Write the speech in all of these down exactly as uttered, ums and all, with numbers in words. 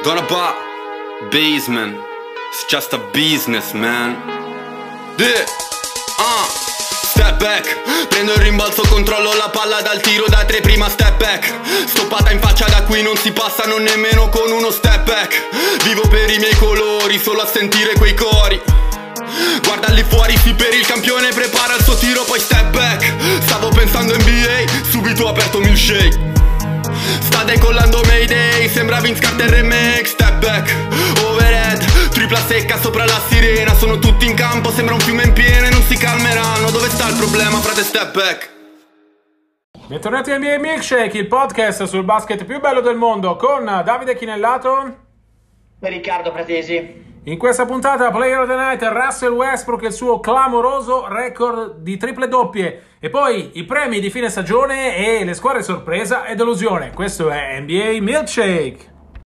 Gonna buy basement. It's just a business, man. Yeah. Uh. Step back. Prendo il rimbalzo, controllo la palla dal tiro da tre, prima step back. Stoppata in faccia, da qui non si passa non nemmeno con uno step back. Vivo per i miei colori, solo a sentire quei cori. Guarda lì fuori, sì, per il campione, prepara il suo tiro, poi step back. Stavo pensando N B A, subito ho aperto milkshake. Sta decollando Mayday, sembra Vince Carter remake. Step back, overhead, tripla secca sopra la sirena. Sono tutti in campo, sembra un fiume in piena e non si calmeranno. Dove sta il problema, frate? Step back. Bentornati a N B A Milkshake, il podcast sul basket più bello del mondo, con Davide Chinellato e Riccardo Pratesi. In questa puntata Player of the Night Russell Westbrook e il suo clamoroso record di triple doppie, e poi i premi di fine stagione e le squadre sorpresa e delusione. Questo è N B A Milkshake.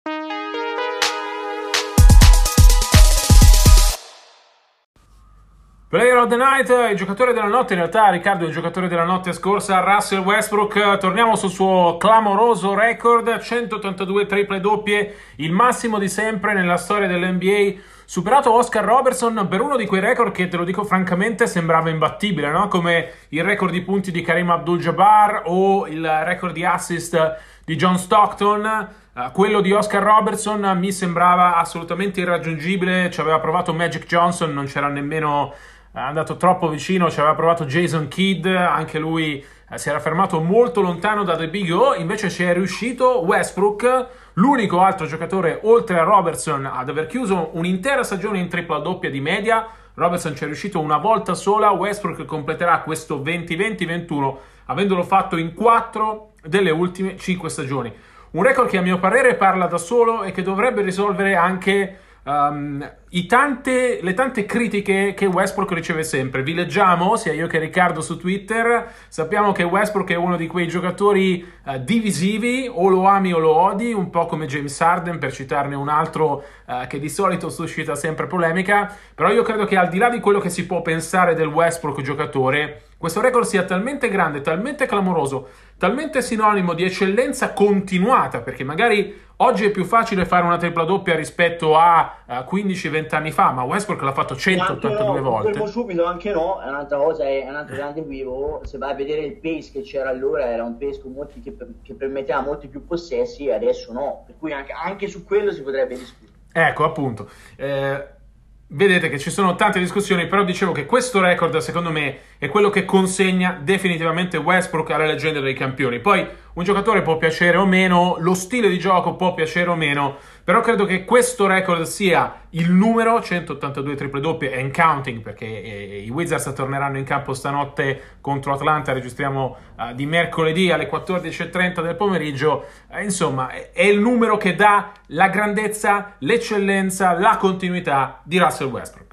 Player of the Night, il giocatore della notte, in realtà Riccardo è il giocatore della notte scorsa, Russell Westbrook. Torniamo sul suo clamoroso record, centottantadue triple doppie, il massimo di sempre nella storia dell'N B A, superato Oscar Robertson per uno di quei record che, te lo dico francamente, sembrava imbattibile, no? Come il record di punti di Kareem Abdul-Jabbar o il record di assist di John Stockton. Uh, quello di Oscar Robertson mi sembrava assolutamente irraggiungibile. Ci aveva provato Magic Johnson, non c'era nemmeno uh, andato troppo vicino. Ci aveva provato Jason Kidd, anche lui uh, si era fermato molto lontano da The Big O. Invece ci è riuscito Westbrook, l'unico altro giocatore oltre a Robertson ad aver chiuso un'intera stagione in tripla doppia di media. Robertson ci è riuscito una volta sola, Westbrook completerà questo venti venti ventuno avendolo fatto in quattro delle ultime cinque stagioni. Un record che a mio parere parla da solo e che dovrebbe risolvere anche um, i tante, le tante critiche che Westbrook riceve sempre. Vi leggiamo, sia io che Riccardo, su Twitter. Sappiamo che Westbrook è uno di quei giocatori uh, divisivi, o lo ami o lo odi, un po' come James Harden, per citarne un altro uh, che di solito suscita sempre polemica. Però io credo che, al di là di quello che si può pensare del Westbrook giocatore, questo record sia talmente grande, talmente clamoroso, talmente sinonimo di eccellenza continuata, perché magari oggi è più facile fare una tripla doppia rispetto a uh, quindici venti anni fa, ma Westbrook l'ha fatto centottantadue no, volte. Fermo subito, anche no, è un'altra cosa, è un altro grande equivoco. Se vai a vedere il pace che c'era allora, era un pace con molti che, che permetteva molti più possessi, e adesso no, per cui anche, anche su quello si potrebbe discutere. Ecco, appunto. Eh... Vedete che ci sono tante discussioni, però dicevo che questo record, secondo me, è quello che consegna definitivamente Westbrook alla leggenda dei campioni. Poi un giocatore può piacere o meno, lo stile di gioco può piacere o meno, però credo che questo record sia il numero, centottantadue triple doppie and counting, perché eh, i Wizards torneranno in campo stanotte contro Atlanta, registriamo uh, di mercoledì alle quattordici e trenta del pomeriggio. Eh, insomma, è, è il numero che dà la grandezza, l'eccellenza, la continuità di Russell Westbrook.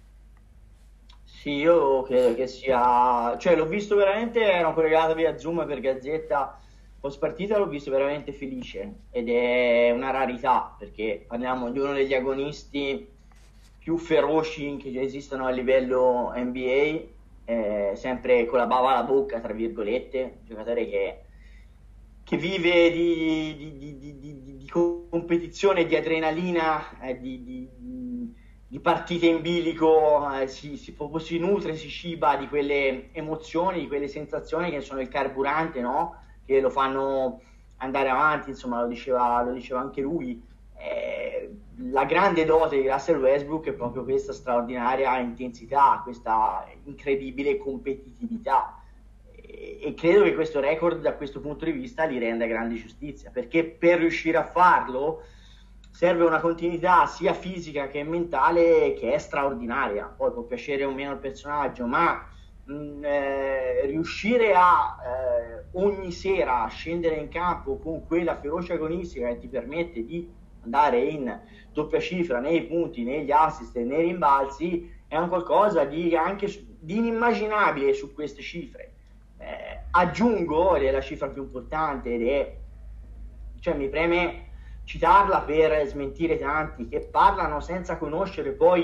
Sì, io credo che sia, cioè l'ho visto veramente, ero collegato via Zoom per Gazzetta post partita, l'ho visto veramente felice, ed è una rarità, perché parliamo di uno degli agonisti più feroci che esistono a livello N B A, eh, sempre con la bava alla bocca, tra virgolette, un giocatore che, che vive di, di, di, di, di, di competizione, di adrenalina, eh, di, di, di partite in bilico, eh, si, si, si nutre, si ciba di quelle emozioni, di quelle sensazioni che sono il carburante, no? Che lo fanno andare avanti, insomma, lo diceva, lo diceva anche lui. Eh, la grande dote di Russell Westbrook è proprio questa straordinaria intensità, questa incredibile competitività, e, e credo che questo record, da questo punto di vista, gli renda grande giustizia, perché per riuscire a farlo serve una continuità sia fisica che mentale che è straordinaria. Poi può piacere o meno il personaggio, ma mh, eh, riuscire a eh, ogni sera scendere in campo con quella ferocia agonistica che ti permette di andare in doppia cifra nei punti, negli assist e nei rimbalzi, è un qualcosa di anche di inimmaginabile su queste cifre. Eh, aggiungo, ed è la cifra più importante, ed è, cioè mi preme citarla per smentire tanti che parlano senza conoscere poi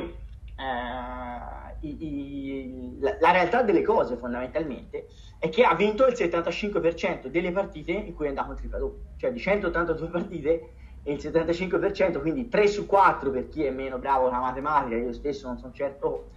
eh, i, i, la, la realtà delle cose. Fondamentalmente è che ha vinto il settantacinque per cento delle partite in cui è andato in tripla doppia, cioè di centottantadue partite e il settantacinque per cento, quindi tre su quattro per chi è meno bravo con la matematica. Io stesso non sono certo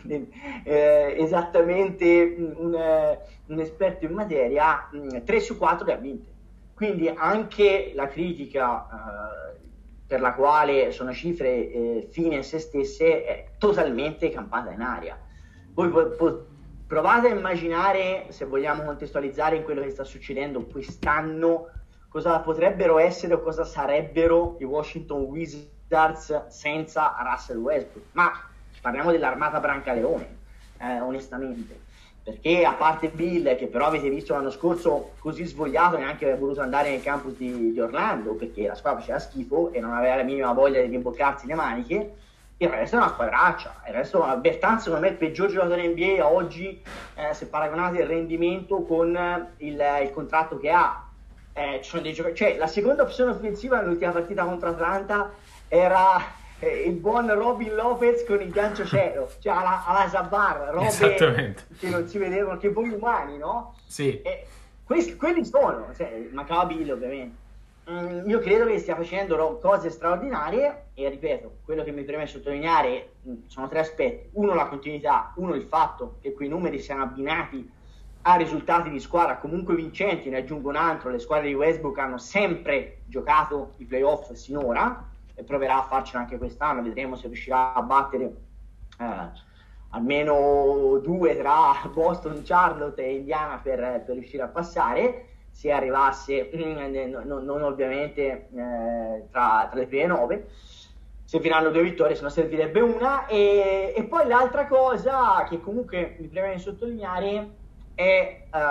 eh, esattamente un, un esperto in materia, tre su quattro le ha vinte. Quindi anche la critica eh, per la quale sono cifre eh, fine a se stesse è totalmente campata in aria. Voi po- po- provate a immaginare, se vogliamo contestualizzare in quello che sta succedendo quest'anno, cosa potrebbero essere o cosa sarebbero i Washington Wizards senza Russell Westbrook. Ma parliamo dell'armata Brancaleone, eh, onestamente, perché a parte Bill, che però avete visto l'anno scorso così svogliato, neanche aveva voluto andare nel campus di, di Orlando perché la squadra faceva schifo e non aveva la minima voglia di rimboccarsi le maniche, il resto è una squadraccia. Il resto, Bertans secondo me è il peggior giocatore N B A oggi, eh, se paragonate il rendimento con il, il contratto che ha. Eh, ci sono dei giocatori, cioè la seconda opzione offensiva nell'ultima partita contro Atlanta era eh, il buon Robin Lopez con il gancio cielo, cioè alla, alla Jabbar, robe che non si vedevano, che voi umani, no? Sì. E questi, quelli sono, cioè, mancava Bill ovviamente. Mm, io credo che stia facendo cose straordinarie e ripeto, quello che mi preme sottolineare mh, sono tre aspetti: uno la continuità, uno il fatto che quei numeri siano abbinati a risultati di squadra comunque vincenti. Ne aggiungo un altro: le squadre di Westbrook hanno sempre giocato i playoff sinora e proverà a farcelo anche quest'anno. Vedremo se riuscirà a battere eh, almeno due tra Boston, Charlotte e Indiana per, per riuscire a passare, se arrivasse non, non, non ovviamente eh, tra, tra le prime nove. Serviranno due vittorie, se no servirebbe una. E, e poi l'altra cosa che comunque mi preme sottolineare è uh,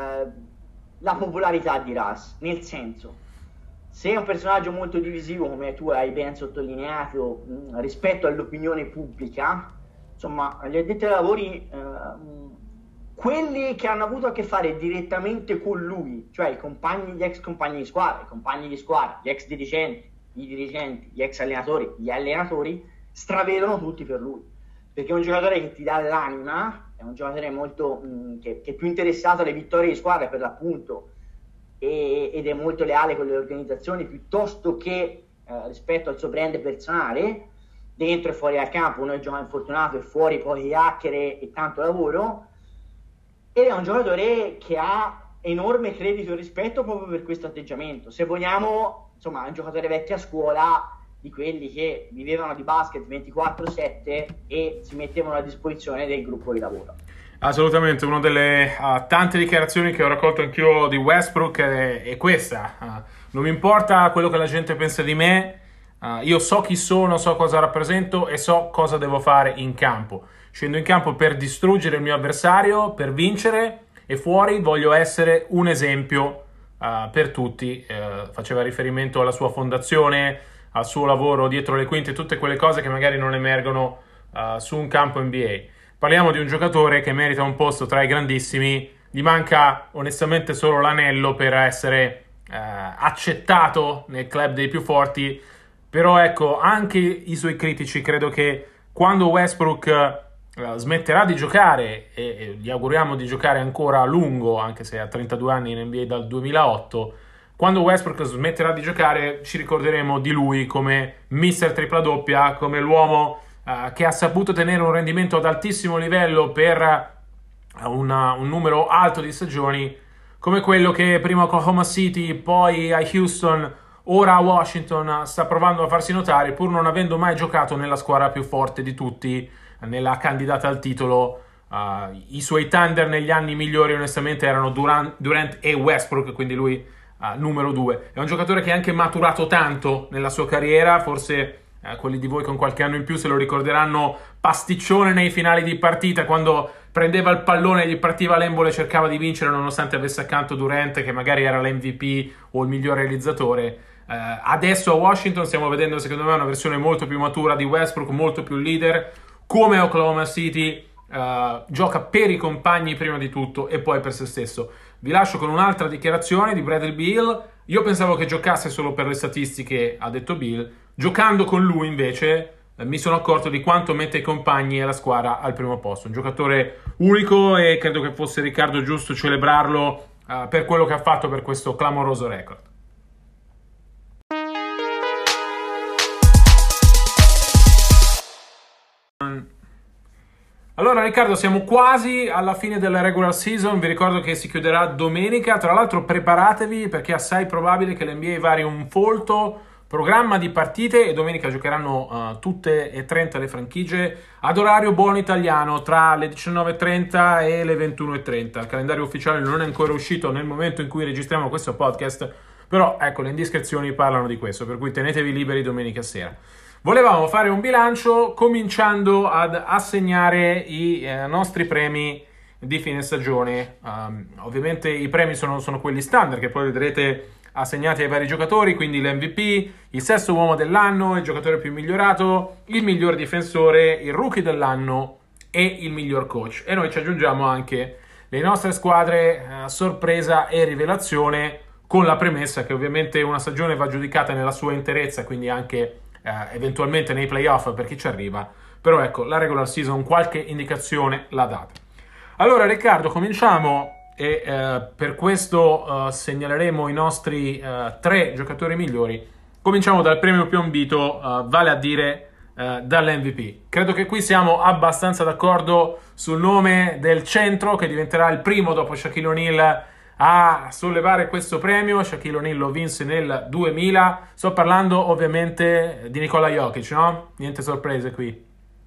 la popolarità di Russ, nel senso, se è un personaggio molto divisivo, come tu hai ben sottolineato, mh, rispetto all'opinione pubblica, insomma, gli addetti ai lavori, uh, quelli che hanno avuto a che fare direttamente con lui, cioè i compagni, gli ex compagni di squadra, i compagni di squadra, gli ex dirigenti, i dirigenti, gli ex allenatori, gli allenatori, stravedono tutti per lui, perché è un giocatore che ti dà l'anima, è un giocatore molto mh, che, che è più interessato alle vittorie di squadra per l'appunto, e, ed è molto leale con le organizzazioni piuttosto che eh, rispetto al suo brand personale dentro e fuori dal campo. Uno è gioca infortunato e fuori poi chiacchiere e tanto lavoro, ed è un giocatore che ha enorme credito e rispetto proprio per questo atteggiamento. Se vogliamo, insomma, è un giocatore vecchia scuola, di quelli che vivevano di basket ventiquattro sette e si mettevano a disposizione del gruppo di lavoro. Assolutamente, una delle uh, tante dichiarazioni che ho raccolto anch'io di Westbrook è, è questa: uh, non mi importa quello che la gente pensa di me, uh, io so chi sono, so cosa rappresento e so cosa devo fare in campo. Scendo in campo per distruggere il mio avversario, per vincere, e fuori voglio essere un esempio uh, per tutti. Uh, faceva riferimento alla sua fondazione, al suo lavoro dietro le quinte, tutte quelle cose che magari non emergono uh, su un campo N B A. Parliamo di un giocatore che merita un posto tra i grandissimi, gli manca onestamente solo l'anello per essere uh, accettato nel club dei più forti, però ecco, anche i suoi critici credo che quando Westbrook uh, smetterà di giocare, e, e gli auguriamo di giocare ancora a lungo, anche se ha trentadue anni in N B A dal duemilaotto, quando Westbrook smetterà di giocare ci ricorderemo di lui come mister tripla doppia, come l'uomo uh, che ha saputo tenere un rendimento ad altissimo livello per una, un numero alto di stagioni, come quello che prima a Oklahoma City, poi a Houston, ora a Washington sta provando a farsi notare, pur non avendo mai giocato nella squadra più forte di tutti, nella candidata al titolo. Uh, i suoi Thunder negli anni migliori onestamente erano Durant, Durant e Westbrook, quindi lui Uh, numero due. È un giocatore che ha anche maturato tanto nella sua carriera, forse uh, quelli di voi con qualche anno in più se lo ricorderanno pasticcione nei finali di partita, quando prendeva il pallone e gli partiva l'embolo e cercava di vincere nonostante avesse accanto Durant che magari era l'M V P o il miglior realizzatore. Uh, adesso a Washington stiamo vedendo secondo me una versione molto più matura di Westbrook, molto più leader, come Oklahoma City. Uh, gioca per i compagni prima di tutto e poi per se stesso. Vi lascio con un'altra dichiarazione di Bradley Beal. Io pensavo che giocasse solo per le statistiche, ha detto Beal. Giocando con lui invece eh, mi sono accorto di quanto mette i compagni e la squadra al primo posto. Un giocatore unico e credo che fosse, Riccardo, giusto celebrarlo uh, per quello che ha fatto per questo clamoroso record. Allora Riccardo, siamo quasi alla fine della regular season, vi ricordo che si chiuderà domenica, tra l'altro preparatevi perché è assai probabile che l'N B A vari un folto programma di partite e domenica giocheranno uh, tutte e trenta le franchigie ad orario buono italiano tra le diciannove e trenta e le ventuno e trenta. Il calendario ufficiale non è ancora uscito nel momento in cui registriamo questo podcast, però ecco, le indiscrezioni parlano di questo, per cui tenetevi liberi domenica sera. Volevamo fare un bilancio cominciando ad assegnare i eh, nostri premi di fine stagione. Um, ovviamente i premi sono, sono quelli standard che poi vedrete assegnati ai vari giocatori, quindi l'M V P, il sesto uomo dell'anno, il giocatore più migliorato, il miglior difensore, il rookie dell'anno e il miglior coach. E noi ci aggiungiamo anche le nostre squadre eh, sorpresa e rivelazione, con la premessa che ovviamente una stagione va giudicata nella sua interezza, quindi anche eh, eventualmente nei playoff per chi ci arriva, però ecco, la regular season qualche indicazione l'ha data. Allora Riccardo, cominciamo e eh, per questo eh, segnaleremo i nostri eh, tre giocatori migliori. Cominciamo dal premio più ambito, eh, vale a dire eh, dall'M V P. Credo che qui siamo abbastanza d'accordo sul nome del centro che diventerà il primo dopo Shaquille O'Neal a sollevare questo premio. Shaquille O'Neal lo vinse nel duemila. Sto parlando ovviamente di Nikola Jokic, no? Niente sorprese qui.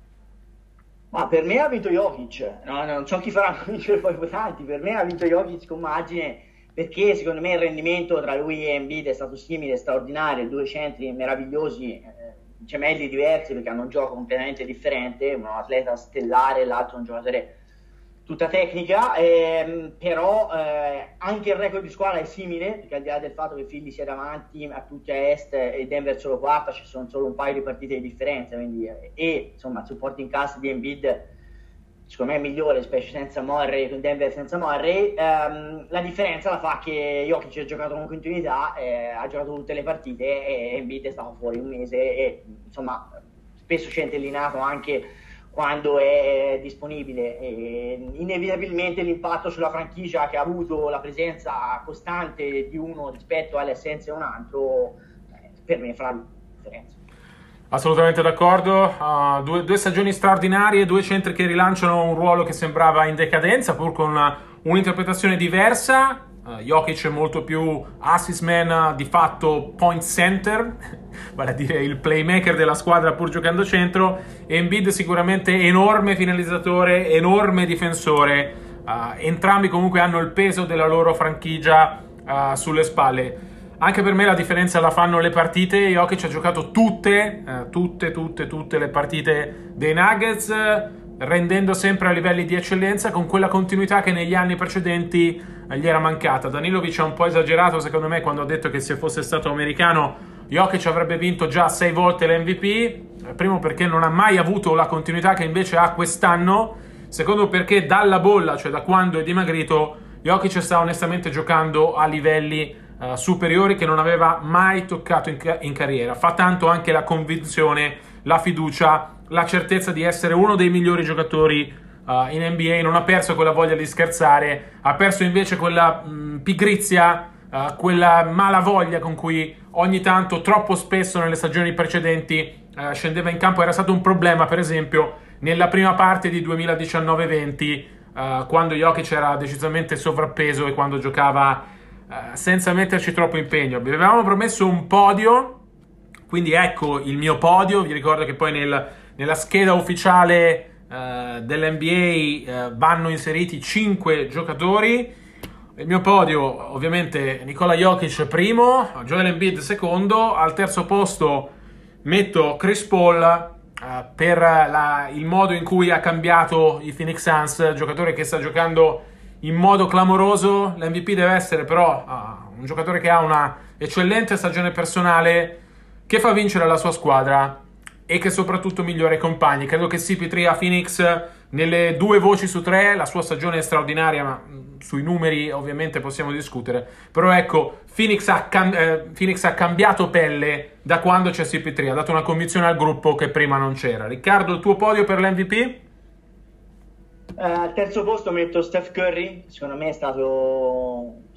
Ma per me ha vinto Jokic, no, non so chi farà vincere poi votanti, per me ha vinto Jokic con margine, perché secondo me il rendimento tra lui e Embiid è stato simile, straordinario, due centri meravigliosi, eh, gemelli diversi perché hanno un gioco completamente differente, uno atleta stellare, l'altro un giocatore tutta tecnica, ehm, però eh, anche il record di squadra è simile, perché al di là del fatto che Philly sia davanti a tutti a est e Denver solo quarta, ci sono solo un paio di partite di differenza, quindi, eh, e insomma il supporting cast di Embiid secondo me è migliore, specie senza Murray, con Denver senza Murray. Ehm, la differenza la fa che Jokic ha giocato con continuità, eh, ha giocato tutte le partite e Embiid è stato fuori un mese e insomma spesso centellinato anche quando è disponibile, e inevitabilmente l'impatto sulla franchigia che ha avuto la presenza costante di uno rispetto alle assenze di un altro, per me farà la differenza. Assolutamente d'accordo, uh, due, due stagioni straordinarie, due centri che rilanciano un ruolo che sembrava in decadenza pur con una, un'interpretazione diversa. uh, Jokic è molto più assist man, uh, di fatto point center, vale a dire il playmaker della squadra pur giocando centro, e Embiid sicuramente enorme finalizzatore, enorme difensore, uh, entrambi comunque hanno il peso della loro franchigia uh, sulle spalle. Anche per me la differenza la fanno le partite. Jokic ha giocato tutte, uh, tutte, tutte, tutte le partite dei Nuggets, rendendo sempre a livelli di eccellenza con quella continuità che negli anni precedenti uh, gli era mancata. Danilovic ha un po' esagerato secondo me quando ha detto che se fosse stato americano Jokic avrebbe vinto già sei volte l'M V P, primo perché non ha mai avuto la continuità che invece ha quest'anno, secondo perché dalla bolla, cioè da quando è dimagrito, Jokic sta onestamente giocando a livelli uh, superiori che non aveva mai toccato in, ca- in carriera. Fa tanto anche la convinzione, la fiducia, la certezza di essere uno dei migliori giocatori uh, in N B A, non ha perso quella voglia di scherzare, ha perso invece quella mh, pigrizia, uh, quella malavoglia con cui ogni tanto, troppo spesso nelle stagioni precedenti, uh, scendeva in campo. Era stato un problema per esempio nella prima parte di duemiladiciannove venti, uh, quando Jokic era decisamente sovrappeso e quando giocava uh, senza metterci troppo impegno. Vi avevamo promesso un podio, quindi ecco il mio podio. Vi ricordo che poi nel, nella scheda ufficiale uh, dell'N B A uh, vanno inseriti cinque giocatori. Il mio podio ovviamente Nikola Jokic primo, Joel Embiid secondo, al terzo posto metto Chris Paul uh, per la, il modo in cui ha cambiato i Phoenix Suns, giocatore che sta giocando in modo clamoroso. L'M V P deve essere però uh, un giocatore che ha una eccellente stagione personale, che fa vincere la sua squadra e che soprattutto migliora i compagni. Credo che C P tre a Phoenix nelle due voci su tre, la sua stagione è straordinaria, ma sui numeri ovviamente possiamo discutere, però ecco, Phoenix ha, cam- eh, Phoenix ha cambiato pelle da quando c'è C P tre, ha dato una convinzione al gruppo che prima non c'era. Riccardo, il tuo podio per l'M V P? Uh, al terzo posto metto Steph Curry, secondo me è stato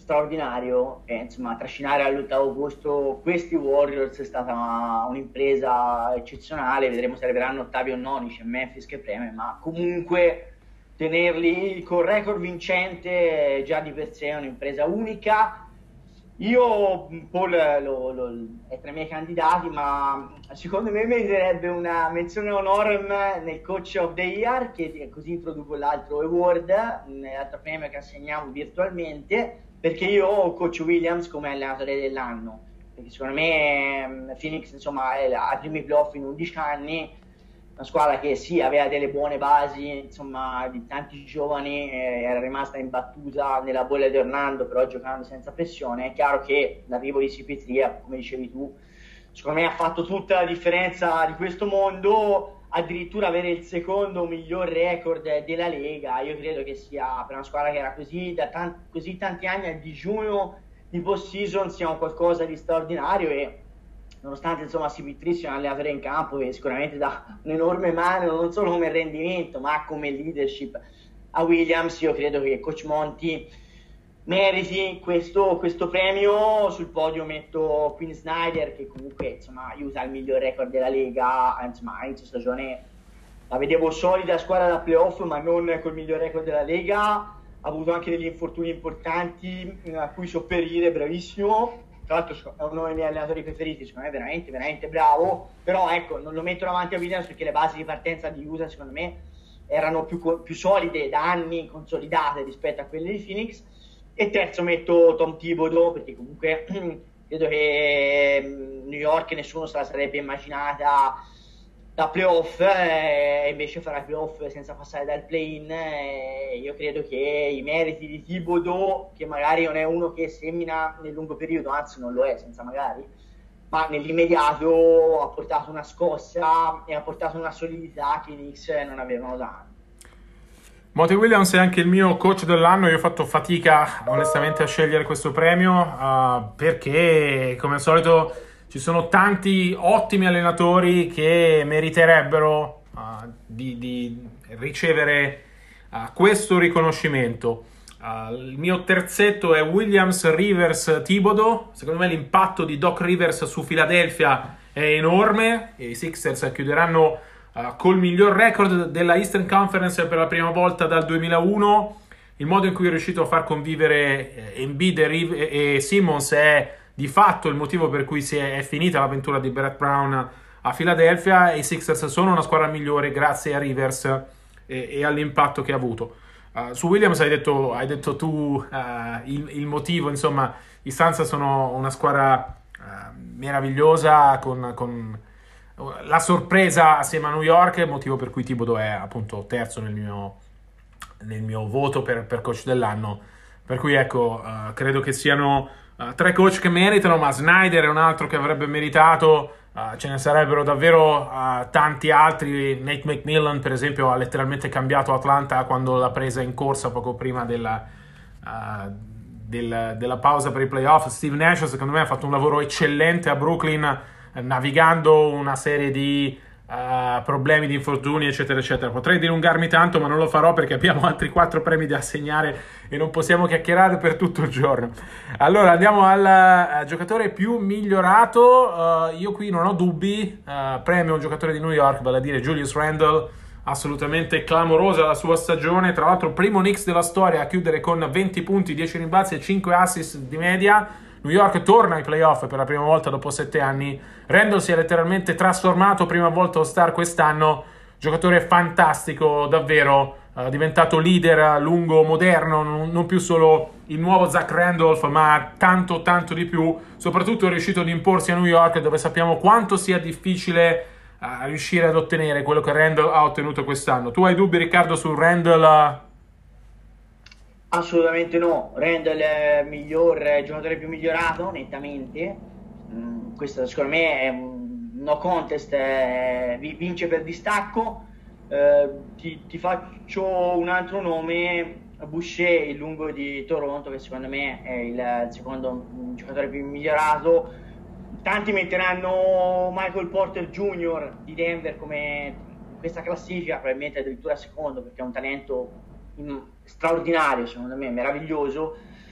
straordinario e insomma trascinare all'ottavo posto questi Warriors è stata un'impresa eccezionale. Vedremo se arriveranno ottavi o noni, c'è Memphis che preme, ma comunque tenerli con record vincente già di per sé è un'impresa unica. Io Paul lo, lo, è tra i miei candidati, ma secondo me meriterebbe una menzione honorem nel Coach of the Year, che così introduco l'altro award, l'altro premio che assegniamo virtualmente, perché io ho Coach Williams come allenatore dell'anno, perché secondo me Phoenix insomma è ai primi playoff in undici anni, una squadra che sì aveva delle buone basi, insomma di tanti giovani, eh, era rimasta imbattuta nella bolla di Orlando, però giocando senza pressione. È chiaro che l'arrivo di C P tre, come dicevi tu, secondo me ha fatto tutta la differenza di questo mondo. Addirittura avere il secondo miglior record della Lega, io credo che sia per una squadra che era così da tanti, così tanti anni al digiuno di post-season sia un qualcosa di straordinario. E nonostante insomma C P tre sia un allenatore in campo che sicuramente dà un'enorme mano non solo come rendimento ma come leadership a Williams, io credo che Coach Monty meriti questo, questo premio. Sul podio metto Quinn Snyder, che comunque insomma aiuta il miglior record della Lega, insomma a inizio stagione la vedevo solida squadra da playoff ma non col miglior record della Lega, ha avuto anche degli infortuni importanti a cui sopperire, bravissimo. Tra l'altro è uno dei miei allenatori preferiti, secondo me è veramente, veramente bravo, però ecco, non lo metto davanti a Williams perché le basi di partenza di Utah secondo me erano più, più solide, da anni consolidate rispetto a quelle di Phoenix. E terzo metto Tom Thibodeau, perché comunque credo che New York nessuno se la sarebbe immaginata da playoff, e invece farà i playoff senza passare dal play-in. E io credo che i meriti di Thibodeau, che magari non è uno che semina nel lungo periodo, anzi non lo è senza magari, ma nell'immediato ha portato una scossa e ha portato una solidità che i Knicks non avevano da anni. Monty Williams è anche il mio coach dell'anno. Io ho fatto fatica onestamente a scegliere questo premio uh, perché come al solito ci sono tanti ottimi allenatori che meriterebbero uh, di, di ricevere uh, questo riconoscimimento. Uh, il mio terzetto è Williams, Rivers, Thibodeau. Secondo me l'impatto di Doc Rivers su Philadelphia è enorme e i Sixers chiuderanno uh, col miglior record della Eastern Conference per la prima volta dal duemilauno. Il modo in cui è riuscito a far convivere eh, Embiid e, Riv- e Simmons è di fatto il motivo per cui si è, è finita l'avventura di Brett Brown a Philadelphia, e i Sixers sono una squadra migliore grazie a Rivers e, e all'impatto che ha avuto. Uh, su Williams hai detto, hai detto tu uh, il, il motivo, insomma i Suns sono una squadra uh, meravigliosa con, con la sorpresa assieme a New York, il motivo per cui Thibodeau è appunto terzo nel mio, nel mio voto per, per coach dell'anno, per cui ecco uh, credo che siano uh, tre coach che meritano, ma Snyder è un altro che avrebbe meritato. Uh, ce ne sarebbero davvero uh, tanti altri. Nate McMillan per esempio ha letteralmente cambiato Atlanta quando l'ha presa in corsa poco prima della, uh, del, della pausa per i playoff. Steve Nash secondo me ha fatto un lavoro eccellente a Brooklyn, eh, navigando una serie di uh, problemi di infortuni eccetera eccetera. Potrei dilungarmi tanto ma non lo farò perché abbiamo altri quattro premi da assegnare e non possiamo chiacchierare per tutto il giorno. Allora andiamo al uh, giocatore più migliorato. Uh, io qui non ho dubbi, uh, premio un giocatore di New York, vale a dire Julius Randle. Assolutamente clamorosa la sua stagione, tra l'altro primo Knicks della storia a chiudere con venti punti, dieci rimbalzi e cinque assist di media. New York torna ai playoff per la prima volta dopo sette anni. Randle si è letteralmente trasformato, prima volta All-Star quest'anno, giocatore fantastico davvero, uh, diventato leader lungo, moderno, non, non più solo il nuovo Zach Randolph ma tanto tanto di più. Soprattutto è riuscito ad imporsi a New York, dove sappiamo quanto sia difficile uh, riuscire ad ottenere quello che Randle ha ottenuto quest'anno. Tu hai dubbi, Riccardo, su Randle? Uh... Assolutamente no, Randle è il miglior è il giocatore più migliorato nettamente. Mm, questo secondo me è un no contest, è, vince per distacco. Eh, ti, ti faccio un altro nome, Boucher, il lungo di Toronto, che secondo me è il secondo giocatore più migliorato. Tanti metteranno Michael Porter Junior di Denver come in questa classifica, probabilmente addirittura secondo, perché è un talento straordinario, secondo me meraviglioso.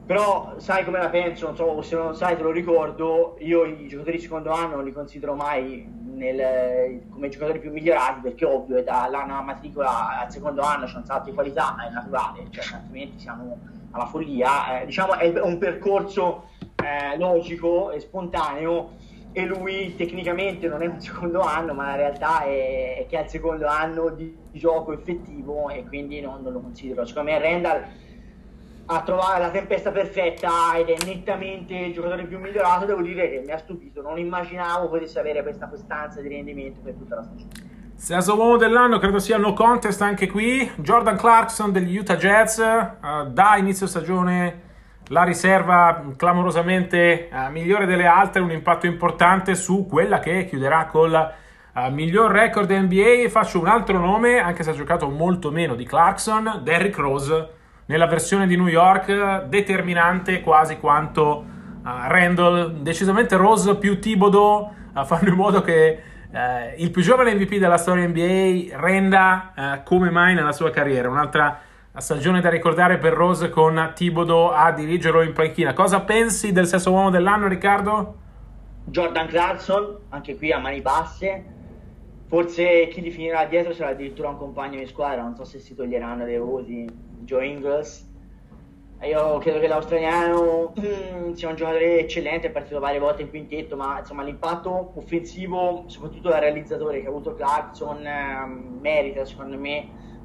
Però sai come la penso, non so, se non sai te lo ricordo, io i giocatori di secondo anno non li considero mai nel, come giocatori più migliorati, perché ovvio è dall'anno a matricola al secondo anno c'è un salto di qualità, è naturale, cioè altrimenti siamo alla follia. Eh, diciamo è un percorso eh, logico e spontaneo, e lui tecnicamente non è un secondo anno, ma la realtà è, è che è il secondo anno di, di gioco effettivo, e quindi non, non lo considero. Secondo me Randall a trovare la tempesta perfetta ed è nettamente il giocatore più migliorato. Devo dire che mi ha stupito, non immaginavo potesse avere questa costanza di rendimento per tutta la stagione. Sesto uomo dell'anno credo sia no contest anche qui, Jordan Clarkson degli Utah Jazz. Uh, da inizio stagione la riserva clamorosamente uh, migliore delle altre, un impatto importante su quella che chiuderà col uh, miglior record N B A. Faccio un altro nome, anche se ha giocato molto meno di Clarkson, Derrick Rose nella versione di New York, determinante quasi quanto uh, Randall. Decisamente Rose più Thibodeau uh, fanno in modo che uh, il più giovane M V P della storia N B A renda uh, come mai nella sua carriera. Un'altra stagione da ricordare per Rose con Thibodeau a dirigerlo in panchina. Cosa pensi del sesto uomo dell'anno, Riccardo? Jordan Clarkson, anche qui a mani basse. Forse chi li finirà dietro sarà addirittura un compagno di squadra, non so se si toglieranno dei voti. Joe Ingles. Io credo che l'australiano mm, sia un giocatore eccellente, è partito varie volte in quintetto, ma insomma l'impatto offensivo, soprattutto da realizzatore che ha avuto Clarkson, eh, merita secondo me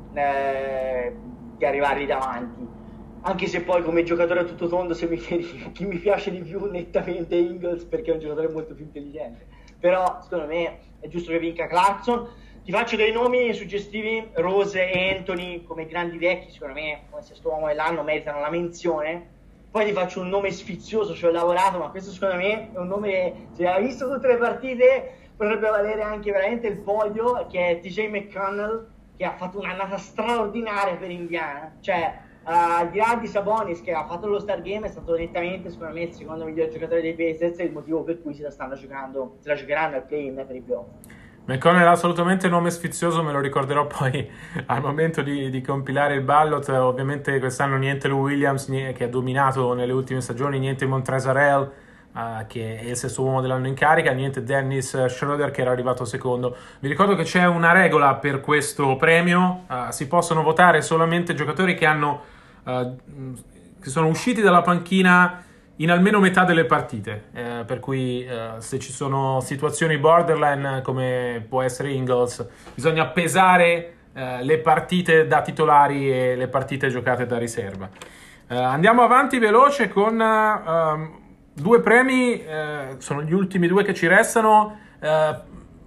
eh, di arrivargli davanti. Anche se poi come giocatore a tutto tondo, se mi chiedi chi mi piace di più, nettamente Ingles, perché è un giocatore molto più intelligente. Però secondo me è giusto che vinca Clarkson. Ti faccio dei nomi suggestivi: Rose e Anthony come grandi vecchi, secondo me come sesto uomo dell'anno meritano la menzione. Poi ti faccio un nome sfizioso, ci ho lavorato, ma questo secondo me è un nome che, se hai visto tutte le partite, potrebbe valere anche veramente il podio, che è T J McConnell, che ha fatto un'annata straordinaria per Indiana. Cioè, uh, al di là di Sabonis, che ha fatto lo Star Game, è stato nettamente secondo me il secondo miglior giocatore dei Pacers, e il motivo per cui se la stanno giocando, se la giocheranno al play-in per i playoff. McConnell è assolutamente nome sfizioso, me lo ricorderò poi al momento di, di compilare il ballot. Ovviamente quest'anno niente Lou Williams, che ha dominato nelle ultime stagioni, niente Montrezl Harrell, uh, che è il sesto uomo dell'anno in carica, niente Dennis Schroeder, che era arrivato secondo. Vi ricordo che c'è una regola per questo premio: uh, si possono votare solamente giocatori che hanno uh, che sono usciti dalla panchina in almeno metà delle partite, eh, per cui eh, se ci sono situazioni borderline come può essere Ingles, bisogna pesare eh, le partite da titolari e le partite giocate da riserva. Eh, andiamo avanti veloce con eh, due premi, eh, sono gli ultimi due che ci restano, eh,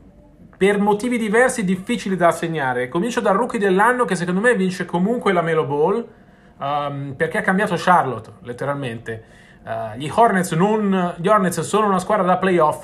per motivi diversi difficili da assegnare. Comincio dal rookie dell'anno, che secondo me vince comunque la Melo Ball, um, perché ha cambiato Charlotte letteralmente. Uh, gli Hornets non, gli Hornets sono una squadra da playoff,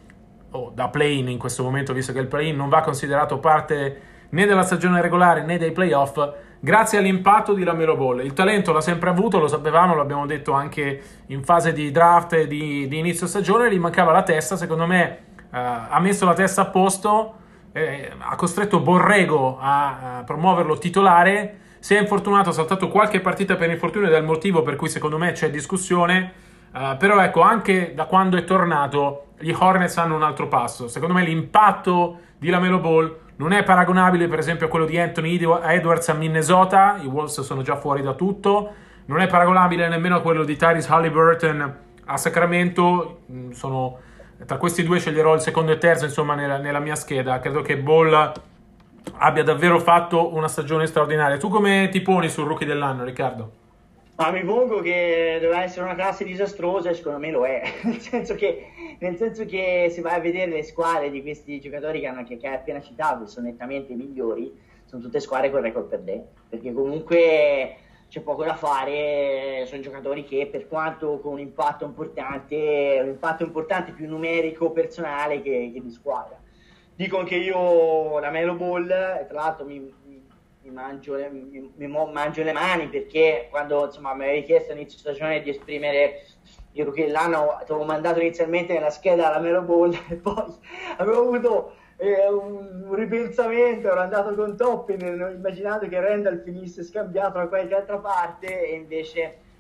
o da play-in in questo momento, visto che il play-in non va considerato parte né della stagione regolare né dei playoff, grazie all'impatto di LaMelo Ball. Il talento l'ha sempre avuto, lo sapevamo, l'abbiamo detto anche in fase di draft e di, di inizio stagione. Gli mancava la testa, secondo me uh, ha messo la testa a posto, eh, ha costretto Borrego a, a promuoverlo titolare. Si è infortunato, ha saltato qualche partita per infortunio, ed è il motivo per cui secondo me c'è discussione, uh, però ecco, anche da quando è tornato gli Hornets hanno un altro passo. Secondo me l'impatto di LaMelo Ball non è paragonabile per esempio a quello di Anthony Edwards a Minnesota, i Wolves sono già fuori da tutto, non è paragonabile nemmeno a quello di Tyrese Halliburton a Sacramento. Sono, tra questi due sceglierò il secondo e terzo, insomma, nella, nella mia scheda. Credo che Ball abbia davvero fatto una stagione straordinaria. Tu come ti poni sul rookie dell'anno, Riccardo? Ma mi pongo che doveva essere una classe disastrosa, e secondo me lo è, nel senso che, nel senso che se vai a vedere le squadre di questi giocatori che, hanno, che, che hai appena citato, sono nettamente i migliori, sono tutte squadre con record perdente, perché comunque c'è poco da fare, sono giocatori che, per quanto con un impatto importante, un impatto importante più numerico, personale che, che di squadra. Dico anche io la Melo Ball, e tra l'altro mi, mi, mangio le, mi, mi mangio le mani, perché quando insomma mi avevi chiesto all'inizio stagione di esprimere il rookie dell'anno, ti avevo mandato inizialmente nella scheda la Melo Ball, e poi avevo avuto eh, un, un ripensamento, ero andato con Toppin, ho immaginato che Randall finisse scambiato da qualche altra parte, e invece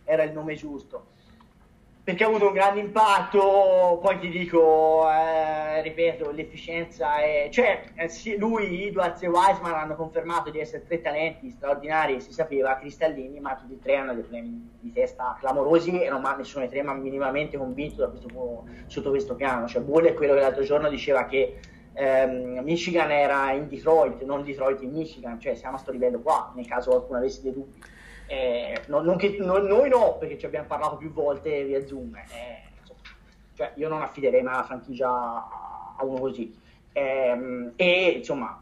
era il nome giusto, perché ha avuto un grande impatto. Poi ti dico, eh, ripeto, l'efficienza è... Cioè, eh, sì, lui, Edwards e Wiseman hanno confermato di essere tre talenti straordinari, si sapeva, cristallini, ma tutti e tre hanno dei problemi di testa clamorosi e non ha nessuno dei tre ma minimamente convinto da questo, sotto questo piano. Cioè, Ball è quello che l'altro giorno diceva che ehm, Michigan era in Detroit, non Detroit in Michigan, cioè siamo a sto livello qua, nel caso qualcuno avesse dei dubbi. Eh, non, non che, non, noi no, perché ci abbiamo parlato più volte via Zoom, eh, insomma, cioè io non affiderei mai la franchigia a, a uno così, eh, e insomma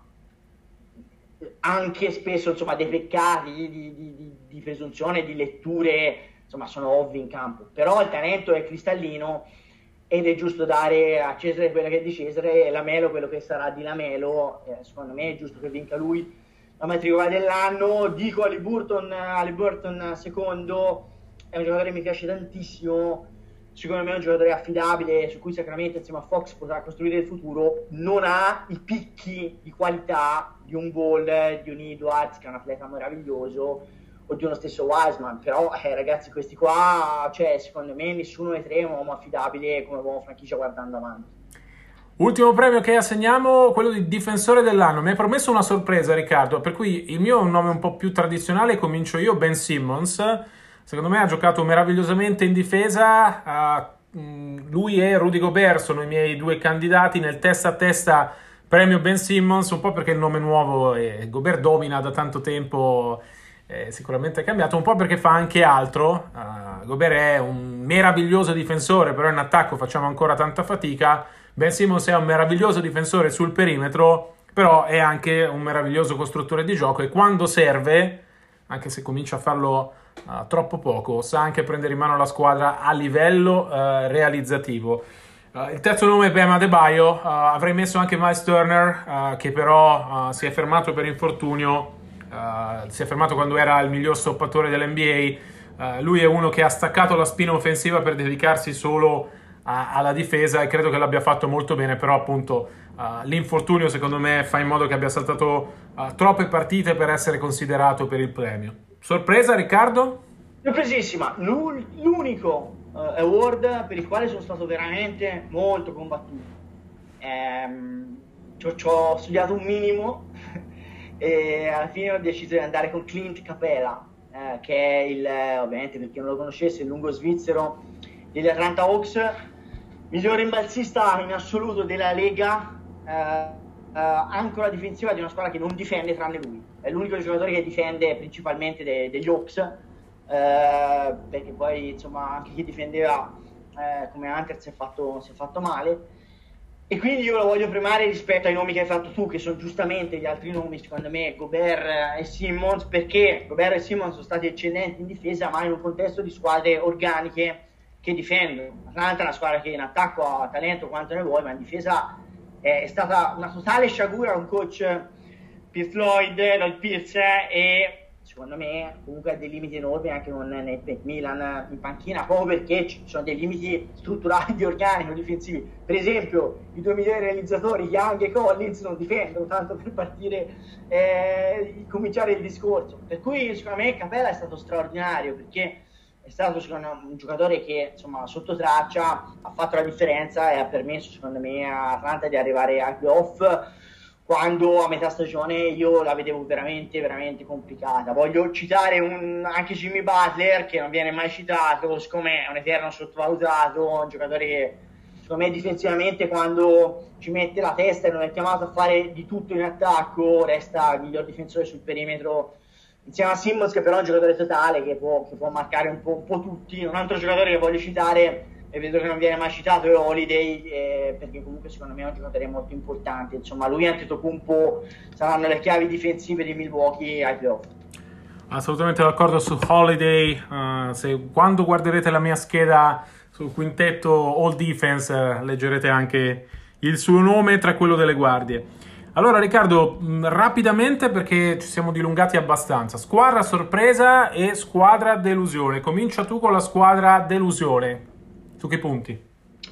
anche spesso insomma dei peccati di, di, di, di presunzione, di letture insomma sono ovvi in campo, però il talento è cristallino ed è giusto dare a Cesare quello che è di Cesare e Lamelo quello che sarà di Lamelo. Eh, secondo me è giusto che vinca lui la matricola dell'anno. Dico Haliburton, Haliburton secondo, è un giocatore che mi piace tantissimo, secondo me è un giocatore affidabile su cui Sacramento insieme a Fox potrà costruire il futuro. Non ha i picchi di qualità di un Ball, di un Edwards che è un atleta meraviglioso, o di uno stesso Wiseman, però eh, ragazzi questi qua, cioè secondo me nessuno dei tre è un uomo affidabile come uomo franchigia guardando avanti. Ultimo premio che assegniamo, quello di difensore dell'anno. Mi hai promesso una sorpresa, Riccardo, per cui il mio è un nome un po' più tradizionale, comincio io. Ben Simmons, secondo me ha giocato meravigliosamente in difesa, uh, lui e Rudy Gobert sono i miei due candidati nel testa a testa premio Ben Simmons, un po' perché il nome nuovo e Gobert domina da tanto tempo, eh, sicuramente è cambiato, un po' perché fa anche altro. uh, Gobert è un meraviglioso difensore, però in attacco facciamo ancora tanta fatica. Ben Simmons è un meraviglioso difensore sul perimetro, però è anche un meraviglioso costruttore di gioco e quando serve, anche se comincia a farlo uh, troppo poco, sa anche prendere in mano la squadra a livello uh, realizzativo. Uh, il terzo nome è Bam Adebayo. Uh, avrei messo anche Miles Turner, uh, che però uh, si è fermato per infortunio, uh, si è fermato quando era il miglior stoppatore dell'N B A. Uh, lui è uno che ha staccato la spina offensiva per dedicarsi solo alla difesa e credo che l'abbia fatto molto bene, però appunto uh, l'infortunio secondo me fa in modo che abbia saltato uh, troppe partite per essere considerato per il premio. Sorpresa, Riccardo? Sorpresissima, l'unico uh, award per il quale sono stato veramente molto combattuto. ehm, ci ho studiato un minimo e alla fine ho deciso di andare con Clint Capela, eh, che è il, ovviamente per chi non lo conoscesse, il lungo svizzero degli Atlanta Hawks, miglior rimbalzista in assoluto della Lega, eh, eh, ancora difensiva di una squadra che non difende tranne lui. È l'unico giocatore che difende principalmente de- degli Hawks, eh, perché poi insomma anche chi difendeva eh, come Hunter si è fatto, si è fatto male. E quindi io lo voglio premiare rispetto ai nomi che hai fatto tu, che sono giustamente gli altri nomi, secondo me, Gobert e Simmons, perché Gobert e Simmons sono stati eccellenti in difesa, ma in un contesto di squadre organiche che difendono. Atlanta è una squadra che in attacco ha talento quanto ne vuoi, ma in difesa è stata una totale sciagura un coach Pierce Lloyd, Lloyd Pierce, e secondo me comunque ha dei limiti enormi anche con nel Milan in panchina, proprio perché ci sono dei limiti strutturali di organico difensivi. Per esempio i due migliori realizzatori Young e Collins non difendono, tanto per partire eh, cominciare il discorso, per cui secondo me Capela è stato straordinario, perché è stato secondo me, un giocatore che insomma sotto traccia ha fatto la differenza e ha permesso secondo me a Atlanta di arrivare ai playoff quando a metà stagione io la vedevo veramente veramente complicata. Voglio citare un, anche Jimmy Butler, che non viene mai citato, siccome è un eterno sottovalutato, un giocatore che secondo me difensivamente quando ci mette la testa e non è chiamato a fare di tutto in attacco resta il miglior difensore sul perimetro insieme a Simmons, che però è un giocatore totale che può, che può marcare un po', un po' tutti. Un altro giocatore che voglio citare e vedo che non viene mai citato è Holiday, eh, perché comunque secondo me è un giocatore molto importante. Insomma, lui e Antetokounmpo saranno le chiavi difensive di Milwaukee ai playoff. Assolutamente d'accordo su Holiday. Uh, se, quando guarderete la mia scheda sul quintetto All Defense uh, leggerete anche il suo nome tra quello delle guardie. Allora Riccardo, mh, rapidamente perché ci siamo dilungati abbastanza. Squadra sorpresa e squadra delusione. Comincia tu con la squadra delusione. Su che punti?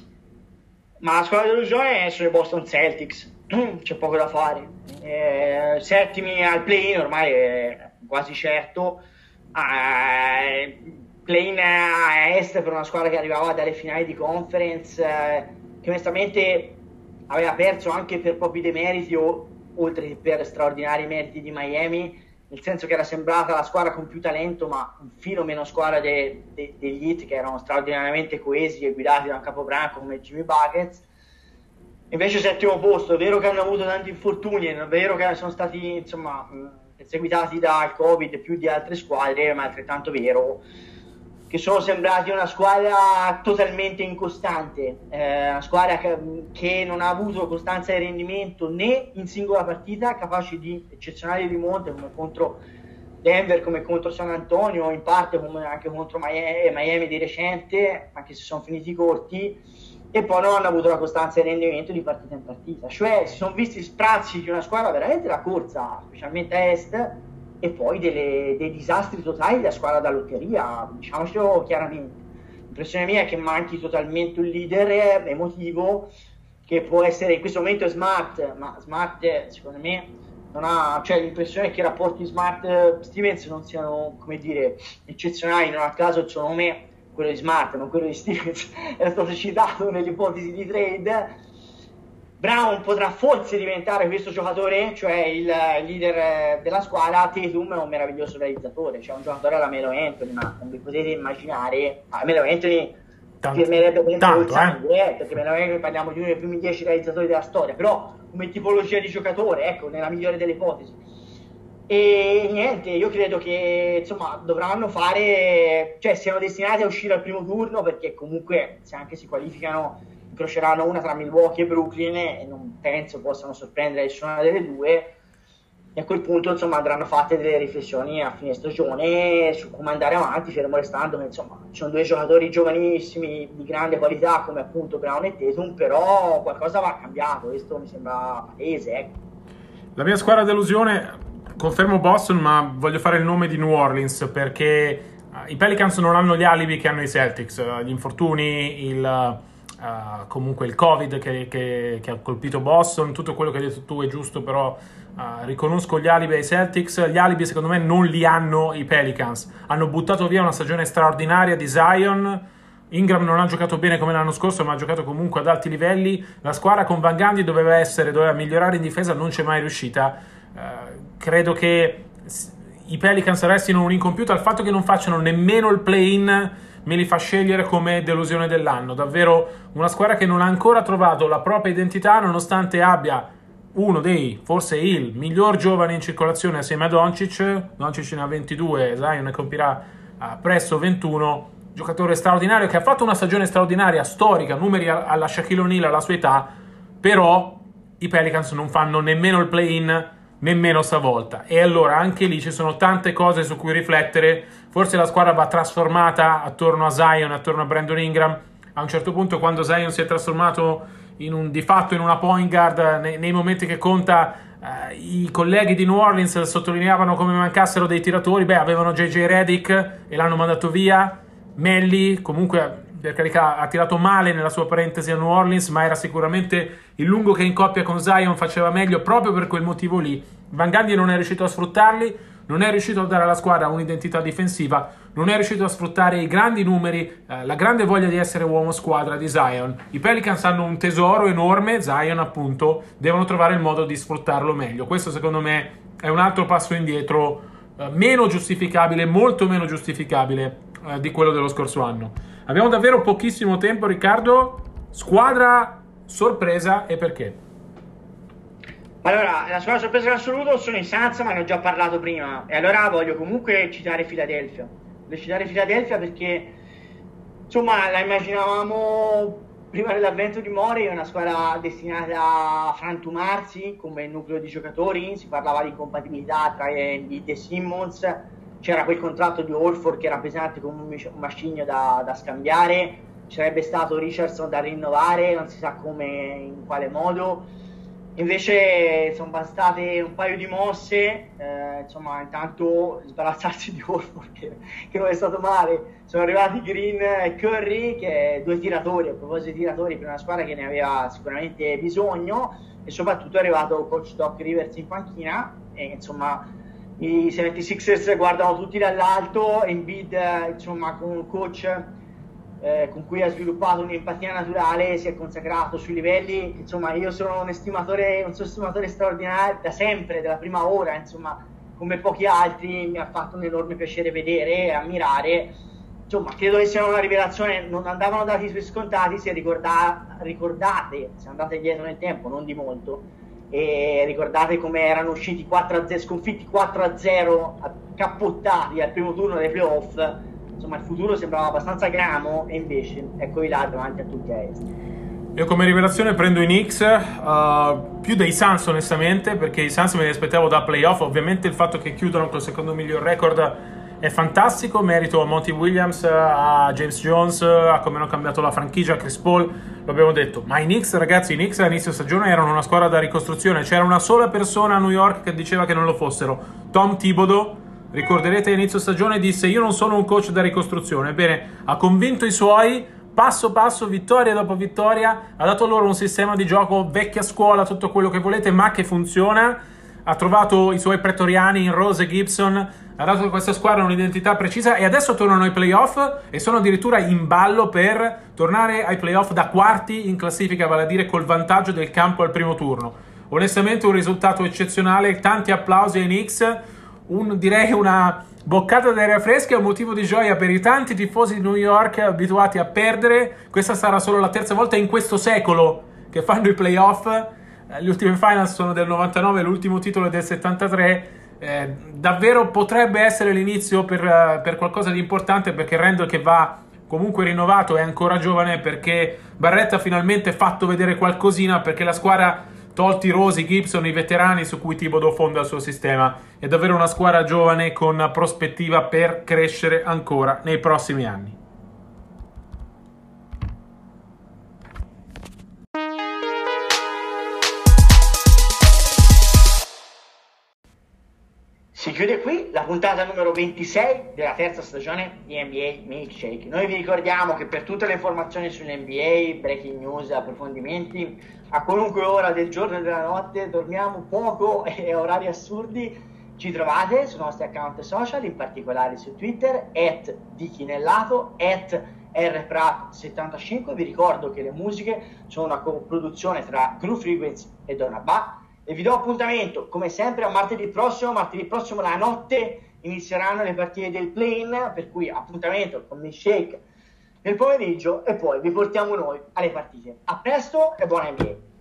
Ma la squadra delusione sono i Boston Celtics. C'è poco da fare. Eh, settimi al play-in ormai è quasi certo. Eh, play-in a est per una squadra che arrivava dalle finali di conference, eh, che onestamente aveva perso anche per propri demeriti o oltre che per straordinari meriti di Miami, nel senso che era sembrata la squadra con più talento ma un filo meno squadra de, de, degli Heat, che erano straordinariamente coesi e guidati da un capobranco come Jimmy Buckets. Invece settimo posto, è vero che hanno avuto tanti infortuni, è vero che sono stati insomma perseguitati dal Covid più di altre squadre, ma è altrettanto vero che sono sembrati una squadra totalmente incostante, eh, una squadra che, che non ha avuto costanza di rendimento né in singola partita, capaci di eccezionali rimonte come contro Denver, come contro San Antonio, in parte come anche contro Miami, Miami di recente, anche se sono finiti corti, e poi non hanno avuto la costanza di rendimento di partita in partita. Cioè si sono visti sprazzi di una squadra veramente da corsa, specialmente a est, e poi delle, dei disastri totali della squadra da lotteria, diciamocelo chiaramente. L'impressione mia è che manchi totalmente un leader emotivo, che può essere in questo momento Smart, ma Smart secondo me non ha, cioè l'impressione è che i rapporti Smart-Stevens non siano, come dire, eccezionali. Non a caso il suo nome, quello di Smart, non quello di Stevens, era stato citato nell'ipotesi di trade. Brown potrà forse diventare questo giocatore, cioè il leader della squadra. Tatum è un meraviglioso realizzatore, cioè un giocatore alla Melo Anthony, ma come potete immaginare, a Melo Anthony firmerebbe dentro il sangue, eh? Perché Melo Anthony parliamo di uno dei primi dieci realizzatori della storia, però come tipologia di giocatore, ecco, nella migliore delle ipotesi. E niente, io credo che insomma dovranno fare, cioè siano destinati a uscire al primo turno, perché comunque se anche si qualificano incroceranno una tra Milwaukee e Brooklyn e non penso possano sorprendere nessuna delle due, e a quel punto insomma andranno fatte delle riflessioni a fine stagione su come andare avanti, fermo restando che insomma ci sono due giocatori giovanissimi di grande qualità come appunto Brown e Tatum, però qualcosa va cambiato, questo mi sembra palese, ecco. La mia squadra delusione, confermo Boston, ma voglio fare il nome di New Orleans perché i Pelicans non hanno gli alibi che hanno i Celtics, gli infortuni, il Uh, comunque il Covid che, che, che ha colpito Boston, tutto quello che hai detto tu è giusto, però uh, riconosco gli alibi ai Celtics. Gli alibi secondo me non li hanno i Pelicans. Hanno buttato via una stagione straordinaria di Zion. Ingram non ha giocato bene come l'anno scorso, ma ha giocato comunque ad alti livelli. La squadra con Van Gundy doveva essere, doveva migliorare in difesa, non c'è mai riuscita. Uh, credo che i Pelicans restino un'incompiuta. Il fatto che non facciano nemmeno il play-in me li fa scegliere come delusione dell'anno. Davvero una squadra che non ha ancora trovato la propria identità, nonostante abbia uno dei, forse il miglior giovane in circolazione assieme a Doncic. Doncic ne ha ventidue, Zion ne compirà uh, presto ventuno. Giocatore straordinario che ha fatto una stagione straordinaria, storica, numeri alla Shaquille O'Neal alla sua età, però i Pelicans non fanno nemmeno il play-in, nemmeno stavolta. E allora anche lì ci sono tante cose su cui riflettere. Forse la squadra va trasformata attorno a Zion, attorno a Brandon Ingram. A un certo punto, quando Zion si è trasformato in un, di fatto in una point guard, nei, nei momenti che conta, eh, i colleghi di New Orleans sottolineavano come mancassero dei tiratori. Beh, avevano J J Redick e l'hanno mandato via. Melli comunque, per carità, ha tirato male nella sua parentesi a New Orleans, ma era sicuramente il lungo che in coppia con Zion faceva meglio proprio per quel motivo lì. Van Gundy non è riuscito a sfruttarli, non è riuscito a dare alla squadra un'identità difensiva, non è riuscito a sfruttare i grandi numeri, eh, la grande voglia di essere uomo squadra di Zion. I Pelicans hanno un tesoro enorme, Zion appunto, devono trovare il modo di sfruttarlo meglio. Questo secondo me è un altro passo indietro, eh, meno giustificabile, molto meno giustificabile eh, di quello dello scorso anno. Abbiamo davvero pochissimo tempo, Riccardo. Squadra sorpresa e perché? Allora, la squadra sorpresa in assoluto sono i Suns, ma ne ho già parlato prima. E allora voglio comunque citare Philadelphia. Voglio citare Philadelphia perché, insomma, la immaginavamo prima dell'avvento di Morey, una squadra destinata a frantumarsi come nucleo di giocatori. Si parlava di compatibilità tra Embiid e Simmons. C'era quel contratto di Horford che era pesante come un macigno da, da scambiare. Ci sarebbe stato Richardson da rinnovare, non si sa come, in quale modo. Invece sono bastate un paio di mosse, eh, insomma, intanto sbarazzarsi di Horford che, che non è stato male. Sono arrivati Green e Curry, che due tiratori, a proposito di tiratori, per una squadra che ne aveva sicuramente bisogno, e soprattutto è arrivato coach Doc Rivers in panchina, e insomma i settantasei ers guardano tutti dall'alto, Embiid insomma con un coach eh, con cui ha sviluppato un'empatia naturale, si è consacrato sui livelli, insomma io sono un estimatore, un estimatore straordinario da sempre, dalla prima ora, insomma come pochi altri mi ha fatto un enorme piacere vedere e ammirare, insomma credo che sia una rivelazione, non andavano dati per scontati, se ricorda, ricordate, se andate dietro nel tempo, non di molto, e ricordate come erano usciti quattro a zero, sconfitti quattro a zero, cappottati al primo turno dei playoff, insomma il futuro sembrava abbastanza gramo e invece eccoli là davanti a tutti a est. Io come rivelazione prendo i Knicks, uh, più dei Suns onestamente, perché i Suns me li aspettavo da playoff. Ovviamente il fatto che chiudono col secondo miglior record è fantastico, merito a Monty Williams, a James Jones, a come hanno cambiato la franchigia, a Chris Paul, lo abbiamo detto. Ma i Knicks, ragazzi, i Knicks all'inizio stagione erano una squadra da ricostruzione, c'era una sola persona a New York che diceva che non lo fossero, Tom Thibodeau. Ricorderete all'inizio stagione disse: io non sono un coach da ricostruzione. Ebbene, ha convinto i suoi, passo passo, vittoria dopo vittoria, ha dato loro un sistema di gioco vecchia scuola, tutto quello che volete, ma che funziona. Ha trovato i suoi pretoriani in Rose e Gibson, ha dato a questa squadra un'identità precisa e adesso tornano ai playoff e sono addirittura in ballo per tornare ai playoff da quarti in classifica, vale a dire col vantaggio del campo al primo turno. Onestamente un risultato eccezionale, tanti applausi ai Knicks, un, direi una boccata d'aria fresca e un motivo di gioia per i tanti tifosi di New York abituati a perdere. Questa sarà solo la terza volta in questo secolo che fanno i playoff. Le ultime finals sono del novantanove, l'ultimo titolo è del settantatré. Eh, davvero potrebbe essere l'inizio per, per qualcosa di importante, perché Randle, che va comunque rinnovato, è ancora giovane, perché Barrett ha finalmente fatto vedere qualcosina, perché la squadra, tolti Rosi, Gibson, i veterani su cui Thibodeau fonda il suo sistema, è davvero una squadra giovane con prospettiva per crescere ancora nei prossimi anni. Si chiude qui la puntata numero ventisei della terza stagione di N B A Milkshake. Noi vi ricordiamo che per tutte le informazioni sull'N B A, breaking news, approfondimenti, a qualunque ora del giorno e della notte, dormiamo poco e a orari assurdi, ci trovate sui nostri account social, in particolare su Twitter, at dichinellato, at rprat settantacinque. Vi ricordo che le musiche sono una coproduzione tra Groove Frequency e Donabà. E vi do appuntamento come sempre a martedì prossimo. Martedì prossimo la notte inizieranno le partite del play-in, per cui appuntamento con Milkshake nel pomeriggio e poi vi portiamo noi alle partite. A presto e buona N B A.